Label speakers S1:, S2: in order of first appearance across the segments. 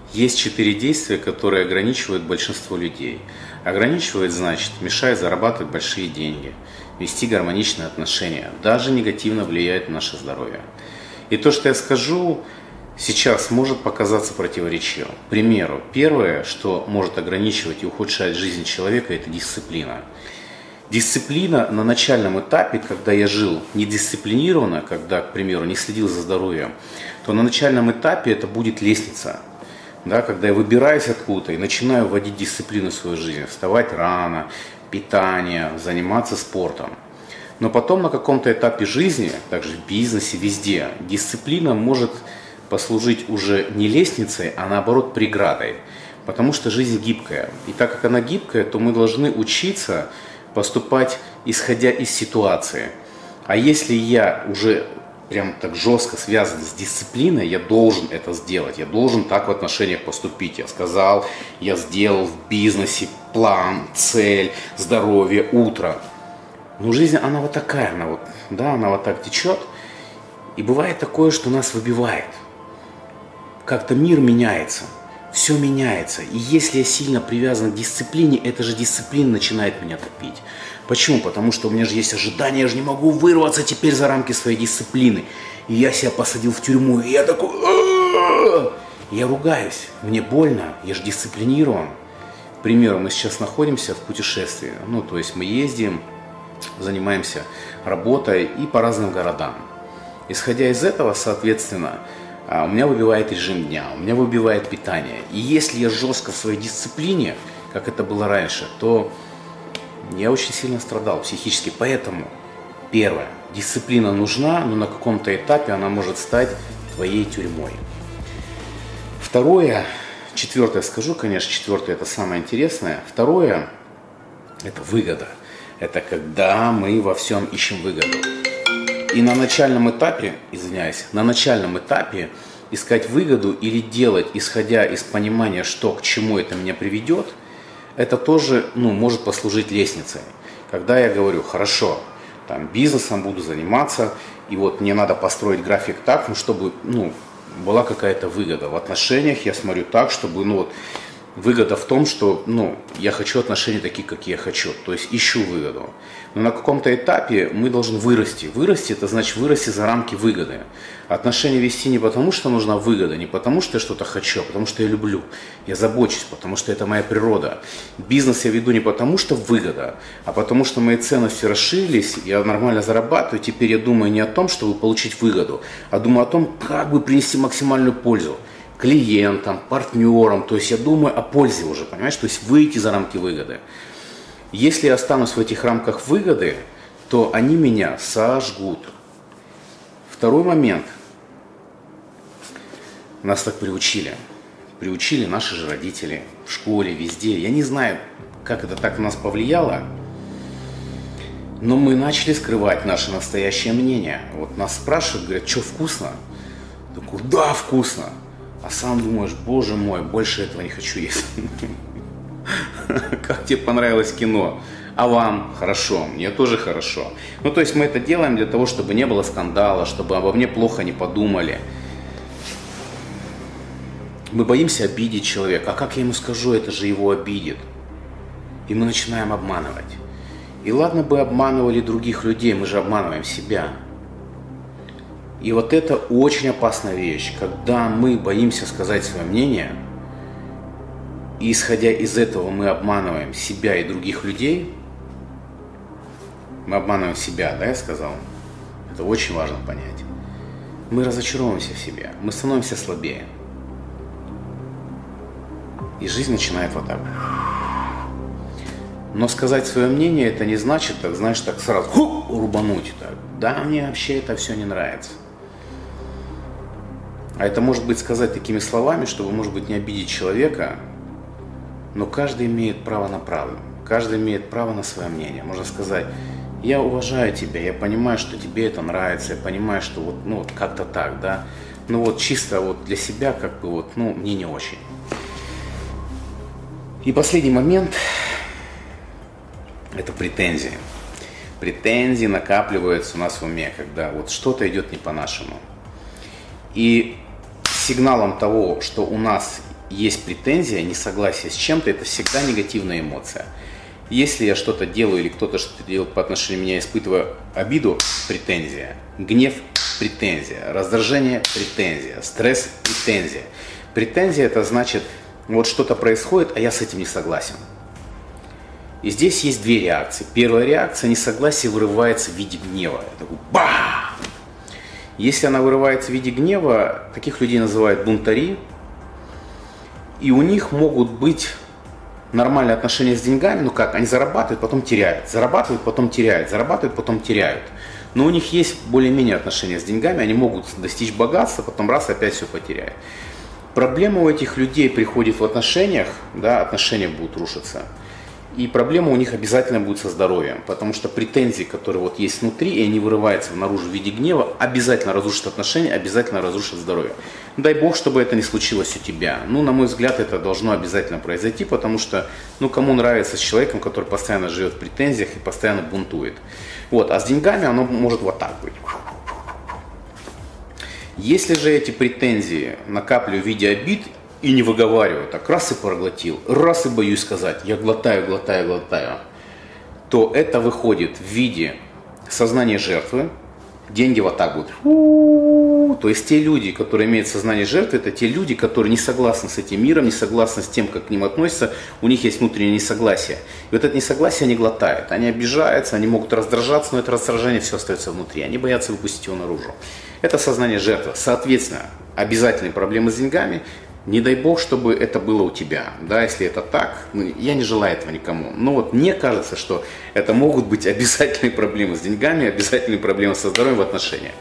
S1: Есть 4 действия, которые ограничивают большинство людей. Ограничивает, значит, мешает зарабатывать большие деньги, вести гармоничные отношения, даже негативно влияет на наше здоровье. И то, что я скажу сейчас, может показаться противоречивым. К примеру, первое, что может ограничивать и ухудшать жизнь человека, это дисциплина. Дисциплина на начальном этапе, когда я жил недисциплинированно, когда, к примеру, не следил за здоровьем, то на начальном этапе это будет лестница. Да, когда я выбираюсь откуда-то и начинаю вводить дисциплину в свою жизнь, вставать рано, питание, заниматься спортом. Но потом на каком-то этапе жизни, также в бизнесе, везде, дисциплина может послужить уже не лестницей, а наоборот преградой. Потому что жизнь гибкая. И так как она гибкая, то мы должны учиться поступать исходя из ситуации. А если я уже прям так жестко связан с дисциплиной, я должен это сделать, я должен так в отношениях поступить. Я сказал, я сделал в бизнесе план, цель, здоровье, утро. Но жизнь, она вот такая, она вот так течет. И бывает такое, что нас выбивает. Как-то мир меняется, все меняется. И если я сильно привязан к дисциплине, эта же дисциплина начинает меня топить. Почему? Потому что у меня же есть ожидание, я же не могу вырваться теперь за рамки своей дисциплины. И я себя посадил в тюрьму, и я такой... Я ругаюсь, мне больно, я же дисциплинирован. К примеру, мы сейчас находимся в путешествии. То есть мы ездим, занимаемся работой и по разным городам. Исходя из этого, соответственно, у меня выбивает режим дня, у меня выбивает питание. И если я жестко в своей дисциплине, как это было раньше, то я очень сильно страдал психически. Поэтому, первое, дисциплина нужна, но на каком-то этапе она может стать твоей тюрьмой. Второе, четвертое скажу, конечно, четвертое это самое интересное. Второе, это выгода. Это когда мы во всем ищем выгоду. И на начальном этапе, искать выгоду или делать, исходя из понимания, что к чему это меня приведет, это тоже может послужить лестницей. Когда я говорю, хорошо, бизнесом буду заниматься, и вот мне надо построить график так, чтобы была какая-то выгода. В отношениях я смотрю так, чтобы выгода в том, что я хочу отношения такие, какие я хочу, то есть ищу выгоду. Но на каком-то этапе мы должны вырасти. Вырасти – это значит вырасти за рамки выгоды. Отношения вести не потому, что нужна выгода, не потому, что я что-то хочу, а потому, что я люблю, я забочусь, потому что это моя природа. Бизнес я веду не потому, что выгода, а потому, что мои ценности расширились, я нормально зарабатываю, теперь я думаю не о том, чтобы получить выгоду, а думаю о том, как бы принести максимальную пользу клиентам, партнерам, то есть я думаю о пользе уже, понимаешь, то есть выйти за рамки выгоды. Если я останусь в этих рамках выгоды, то они меня сожгут. Второй момент. Нас так приучили. Приучили наши же родители в школе, везде. Я не знаю, как это так на нас повлияло, но мы начали скрывать наше настоящее мнение. Вот нас спрашивают, говорят, что вкусно? Я такой, да, вкусно. А сам думаешь, боже мой, больше этого не хочу есть. Как тебе понравилось кино? А вам? Хорошо, мне тоже хорошо. То есть мы это делаем для того, чтобы не было скандала, чтобы обо мне плохо не подумали. Мы боимся обидеть человека. А как я ему скажу, это же его обидит. И мы начинаем обманывать. И ладно бы обманывали других людей, мы же обманываем себя. И вот это очень опасная вещь, когда мы боимся сказать свое мнение, и исходя из этого мы обманываем себя и других людей. Мы обманываем себя, да, я сказал? Это очень важно понять. Мы разочаровываемся в себе, мы становимся слабее. И жизнь начинает вот так. Но сказать свое мнение, это не значит, так, знаешь, так сразу рубануть. Так. Да, мне вообще это все не нравится. А это может быть сказать такими словами, чтобы, может быть, не обидеть человека, но каждый имеет право на правду. Каждый имеет право на свое мнение. Можно сказать, я уважаю тебя, я понимаю, что тебе это нравится, я понимаю, что вот как-то так, да. Чисто для себя, мне не очень. И последний момент – это претензии. Претензии накапливаются у нас в уме, когда что-то идет не по-нашему. И сигналом того, что у нас есть претензия, несогласие с чем-то, это всегда негативная эмоция. Если я что-то делаю или кто-то что-то делает по отношению к меня, испытываю обиду, претензия, гнев, претензия, раздражение, претензия, стресс, претензия. Претензия это значит, вот что-то происходит, а я с этим не согласен. И здесь есть две реакции. Первая реакция, несогласие вырывается в виде гнева. Я такой, бам! Если она вырывается в виде гнева, таких людей называют бунтари. И у них могут быть нормальные отношения с деньгами, ну как, они зарабатывают, потом теряют, зарабатывают, потом теряют, зарабатывают, потом теряют. Но у них есть более-менее отношения с деньгами, они могут достичь богатства, потом раз, опять все потеряют. Проблема у этих людей приходит в отношениях, да, отношения будут рушиться. И проблема у них обязательно будет со здоровьем, потому что претензии, которые вот есть внутри, и они вырываются наружу в виде гнева, обязательно разрушат отношения, обязательно разрушат здоровье. Дай Бог, чтобы это не случилось у тебя. Ну, на мой взгляд, это должно обязательно произойти, потому что, ну, кому нравится с человеком, который постоянно живет в претензиях и постоянно бунтует. Вот, а с деньгами оно может вот так быть. Если же эти претензии накапливаю в виде обид, и не выговариваю, так раз и проглотил, раз и боюсь сказать, я глотаю, глотаю, глотаю, то это выходит в виде сознания жертвы, деньги вот так будут. То есть те люди, которые имеют сознание жертвы, это те люди, которые не согласны с этим миром, не согласны с тем, как к ним относятся, у них есть внутреннее несогласие. И вот это несогласие они глотают, они обижаются, они могут раздражаться, но это раздражение все остается внутри, они боятся выпустить его наружу. Это сознание жертвы. Соответственно, обязательные проблемы с деньгами. Не дай Бог, чтобы это было у тебя. Да, если это так, ну, я не желаю этого никому. Но вот мне кажется, что это могут быть обязательные проблемы с деньгами, обязательные проблемы со здоровьем в отношениях.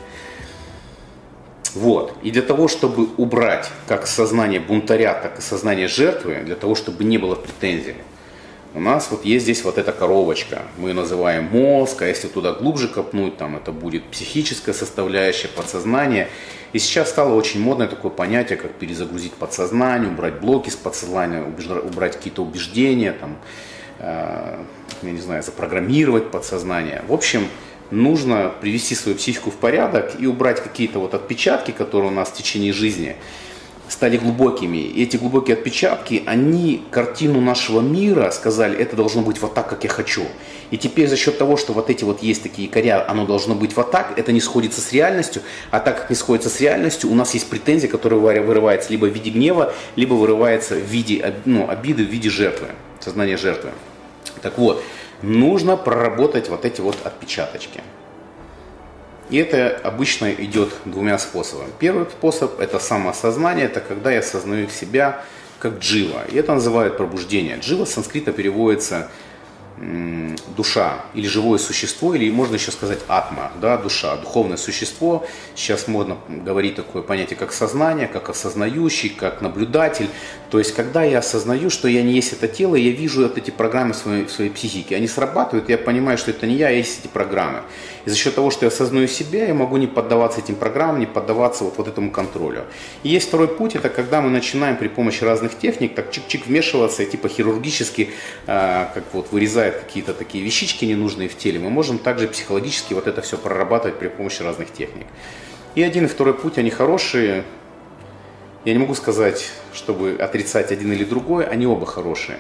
S1: Вот. И для того, чтобы убрать как сознание бунтаря, так и сознание жертвы, для того, чтобы не было претензий, у нас вот есть здесь вот эта коробочка. Мы ее называем мозг, а если туда глубже копнуть, там это будет психическая составляющая, подсознание. И сейчас стало очень модное такое понятие, как перезагрузить подсознание, убрать блоки с подсознания, убрать какие-то убеждения, там, я не знаю, запрограммировать подсознание. В общем, нужно привести свою психику в порядок и убрать какие-то вот отпечатки, которые у нас в течение жизни стали глубокими. И эти глубокие отпечатки, они картину нашего мира сказали, это должно быть вот так, как я хочу. И теперь за счет того, что вот эти вот есть такие якоря, оно должно быть вот так, это не сходится с реальностью, а так как не сходится с реальностью, у нас есть претензия, которая вырывается либо в виде гнева, либо вырывается в виде обиды, в виде жертвы, сознания жертвы. Так вот, нужно проработать вот эти вот отпечаточки. И это обычно идет двумя способами. Первый способ – это самоосознание, это когда я осознаю себя как джива. И это называют пробуждение. Джива с санскрита переводится душа или живое существо, или можно еще сказать атма, да, душа, духовное существо. Сейчас модно говорить такое понятие, как сознание, как осознающий, как наблюдатель. То есть, когда я осознаю, что я не есть это тело, я вижу вот эти программы в своей психике. Они срабатывают, я понимаю, что это не я, а есть эти программы. И за счет того, что я осознаю себя, я могу не поддаваться этим программам, не поддаваться вот этому контролю. И есть второй путь, это когда мы начинаем при помощи разных техник так чик-чик вмешиваться, и типа хирургически, как вот вырезает какие-то такие вещички ненужные в теле, мы можем также психологически вот это все прорабатывать при помощи разных техник. И один и второй путь, они хорошие. Я не могу сказать, чтобы отрицать один или другой, они оба хорошие.